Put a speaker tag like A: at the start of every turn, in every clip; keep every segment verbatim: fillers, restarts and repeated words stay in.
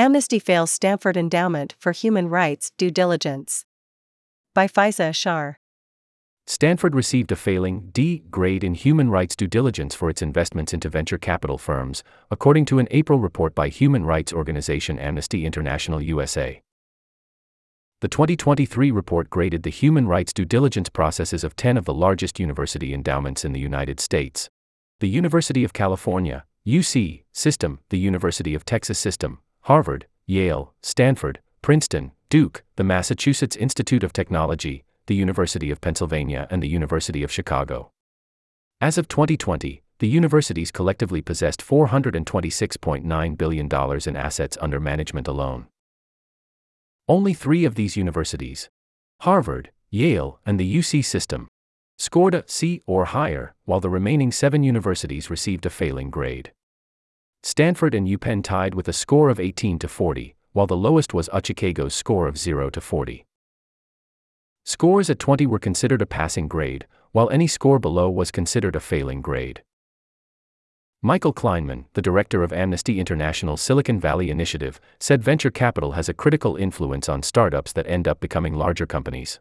A: Amnesty fails Stanford Endowment for Human Rights due diligence. By Faiza Ashar.
B: Stanford received a failing D grade in human rights due diligence for its investments into venture capital firms, according to an April report by human rights organization Amnesty International U S A. The twenty twenty-three report graded the human rights due diligence processes of ten of the largest university endowments in the United States: the University of California, U C, System, the University of Texas System, Harvard, Yale, Stanford, Princeton, Duke, the Massachusetts Institute of Technology, the University of Pennsylvania, and the University of Chicago. As of twenty twenty, the universities collectively possessed four hundred twenty-six point nine billion dollars in assets under management alone. Only three of these universities, Harvard, Yale, and the U C System, scored a C or higher, while the remaining seven universities received a failing grade. Stanford and UPenn tied with a score of eighteen to forty, while the lowest was U Chicago's score of zero to forty. Scores at twenty were considered a passing grade, while any score below was considered a failing grade. Michael Kleinman, the director of Amnesty International's Silicon Valley Initiative, said venture capital has a critical influence on startups that end up becoming larger companies.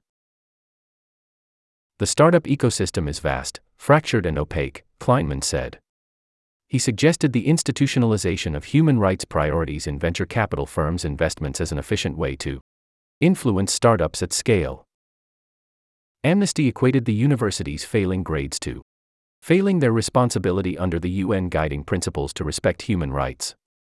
B: The startup ecosystem is vast, fractured, and opaque, Kleinman said. He suggested the institutionalization of human rights priorities in venture capital firms' investments as an efficient way to influence startups at scale. Amnesty equated the universities' failing grades to failing their responsibility under the U N Guiding Principles to Respect Human Rights.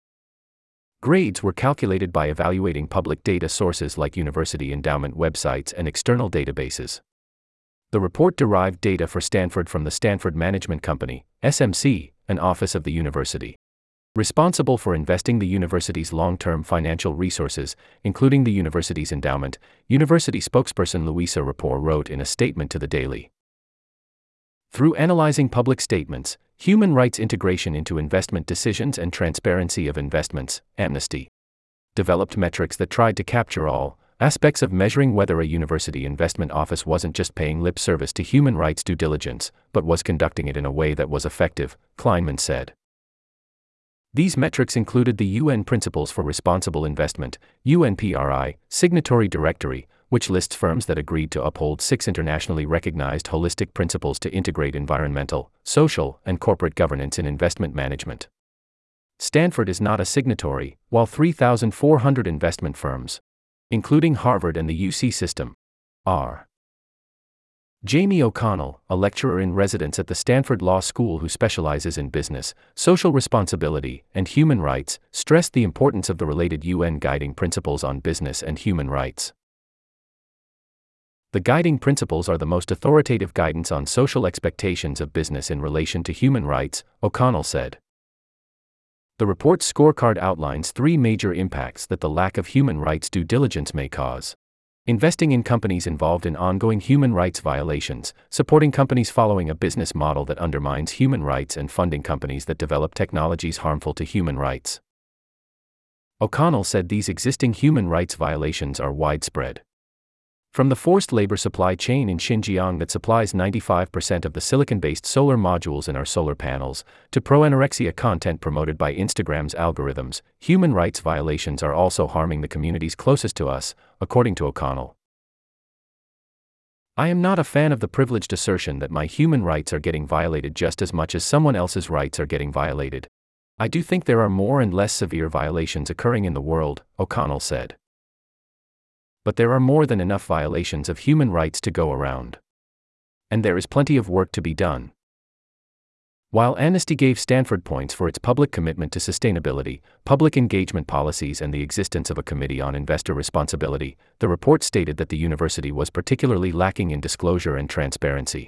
B: Grades were calculated by evaluating public data sources like university endowment websites and external databases. The report derived data for Stanford from the Stanford Management Company, S M C, an office of the university, responsible for investing the university's long-term financial resources, including the university's endowment, university spokesperson Louisa Rapport wrote in a statement to the Daily. Through analyzing public statements, human rights integration into investment decisions, and transparency of investments, Amnesty developed metrics that tried to capture all aspects of measuring whether a university investment office wasn't just paying lip service to human rights due diligence, but was conducting it in a way that was effective, Kleinman said. These metrics included the U N Principles for Responsible Investment, U N P R I, signatory directory, which lists firms that agreed to uphold six internationally recognized holistic principles to integrate environmental, social, and corporate governance in investment management. Stanford is not a signatory, while three thousand four hundred investment firms, including Harvard and the U C System, are. Jamie O'Connell, a lecturer in residence at the Stanford Law School who specializes in business, social responsibility, and human rights, stressed the importance of the related U N Guiding Principles on Business and Human Rights. The guiding principles are the most authoritative guidance on social expectations of business in relation to human rights, O'Connell said. The report's scorecard outlines three major impacts that the lack of human rights due diligence may cause: investing in companies involved in ongoing human rights violations, supporting companies following a business model that undermines human rights, and funding companies that develop technologies harmful to human rights. O'Connell said these existing human rights violations are widespread. From the forced labor supply chain in Xinjiang that supplies ninety-five percent of the silicon-based solar modules in our solar panels, to pro-anorexia content promoted by Instagram's algorithms, human rights violations are also harming the communities closest to us, according to O'Connell. I am not a fan of the privileged assertion that my human rights are getting violated just as much as someone else's rights are getting violated. I do think there are more and less severe violations occurring in the world, O'Connell said. But there are more than enough violations of human rights to go around. And there is plenty of work to be done. While Amnesty gave Stanford points for its public commitment to sustainability, public engagement policies, and the existence of a committee on investor responsibility, the report stated that the university was particularly lacking in disclosure and transparency.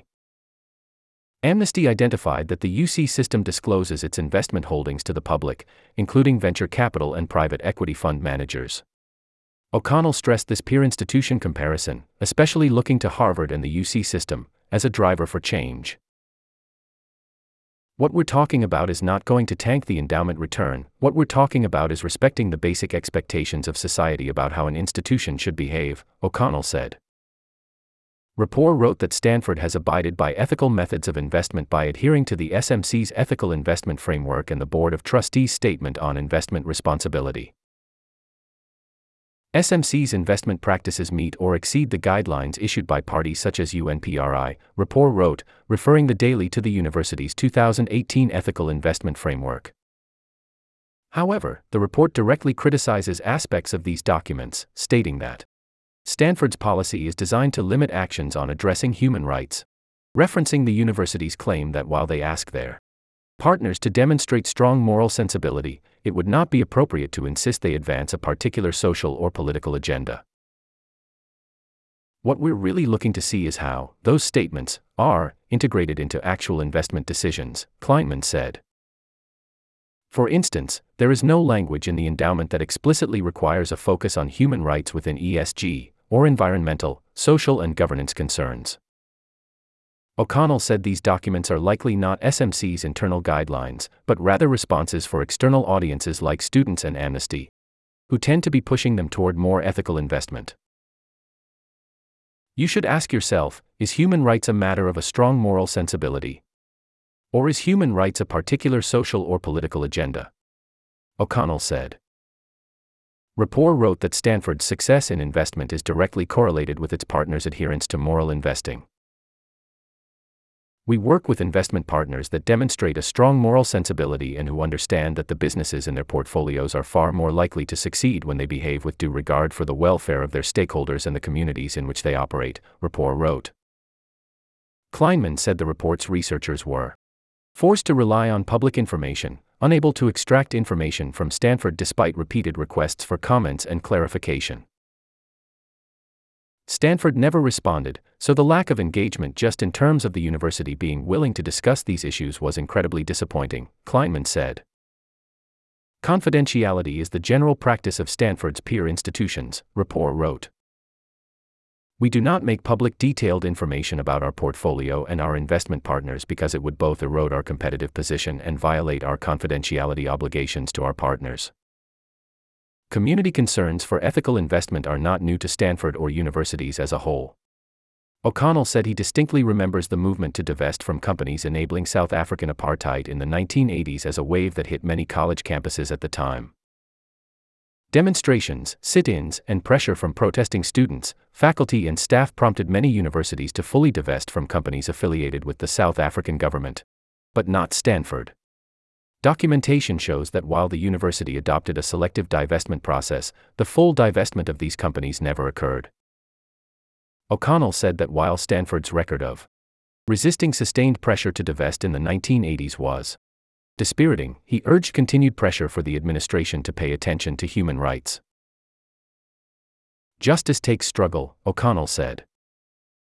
B: Amnesty identified that the U C System discloses its investment holdings to the public, including venture capital and private equity fund managers. O'Connell stressed this peer-institution comparison, especially looking to Harvard and the U C System, as a driver for change. What we're talking about is not going to tank the endowment return. What we're talking about is respecting the basic expectations of society about how an institution should behave, O'Connell said. Rapport wrote that Stanford has abided by ethical methods of investment by adhering to the S M C's Ethical Investment Framework and the Board of Trustees' Statement on Investment Responsibility. S M C's investment practices meet or exceed the guidelines issued by parties such as U N P R I, Rapport wrote, referring the Daily to the university's two thousand eighteen Ethical Investment Framework. However, the report directly criticizes aspects of these documents, stating that Stanford's policy is designed to limit actions on addressing human rights, referencing the university's claim that while they ask their partners to demonstrate strong moral sensibility, it would not be appropriate to insist they advance a particular social or political agenda. What we're really looking to see is how those statements are integrated into actual investment decisions, Kleinman said. For instance, there is no language in the endowment that explicitly requires a focus on human rights within E S G, or environmental, social and governance concerns. O'Connell said these documents are likely not S M C's internal guidelines, but rather responses for external audiences like students and Amnesty, who tend to be pushing them toward more ethical investment. You should ask yourself, is human rights a matter of a strong moral sensibility? Or is human rights a particular social or political agenda? O'Connell said. Rapport wrote that Stanford's success in investment is directly correlated with its partners' adherence to moral investing. We work with investment partners that demonstrate a strong moral sensibility and who understand that the businesses in their portfolios are far more likely to succeed when they behave with due regard for the welfare of their stakeholders and the communities in which they operate, Rapport wrote. Kleinman said the report's researchers were forced to rely on public information, unable to extract information from Stanford despite repeated requests for comments and clarification. Stanford never responded, so the lack of engagement just in terms of the university being willing to discuss these issues was incredibly disappointing, Kleinman said. Confidentiality is the general practice of Stanford's peer institutions, Rapport wrote. We do not make public detailed information about our portfolio and our investment partners because it would both erode our competitive position and violate our confidentiality obligations to our partners. Community concerns for ethical investment are not new to Stanford or universities as a whole. O'Connell said he distinctly remembers the movement to divest from companies enabling South African apartheid in the nineteen eighties as a wave that hit many college campuses at the time. Demonstrations, sit-ins, and pressure from protesting students, faculty and staff prompted many universities to fully divest from companies affiliated with the South African government. But not Stanford. Documentation shows that while the university adopted a selective divestment process, the full divestment of these companies never occurred. O'Connell said that while Stanford's record of resisting sustained pressure to divest in the nineteen eighties was dispiriting, he urged continued pressure for the administration to pay attention to human rights. Justice takes struggle, O'Connell said.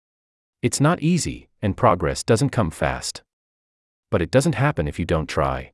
B: It's not easy, and progress doesn't come fast. But it doesn't happen if you don't try.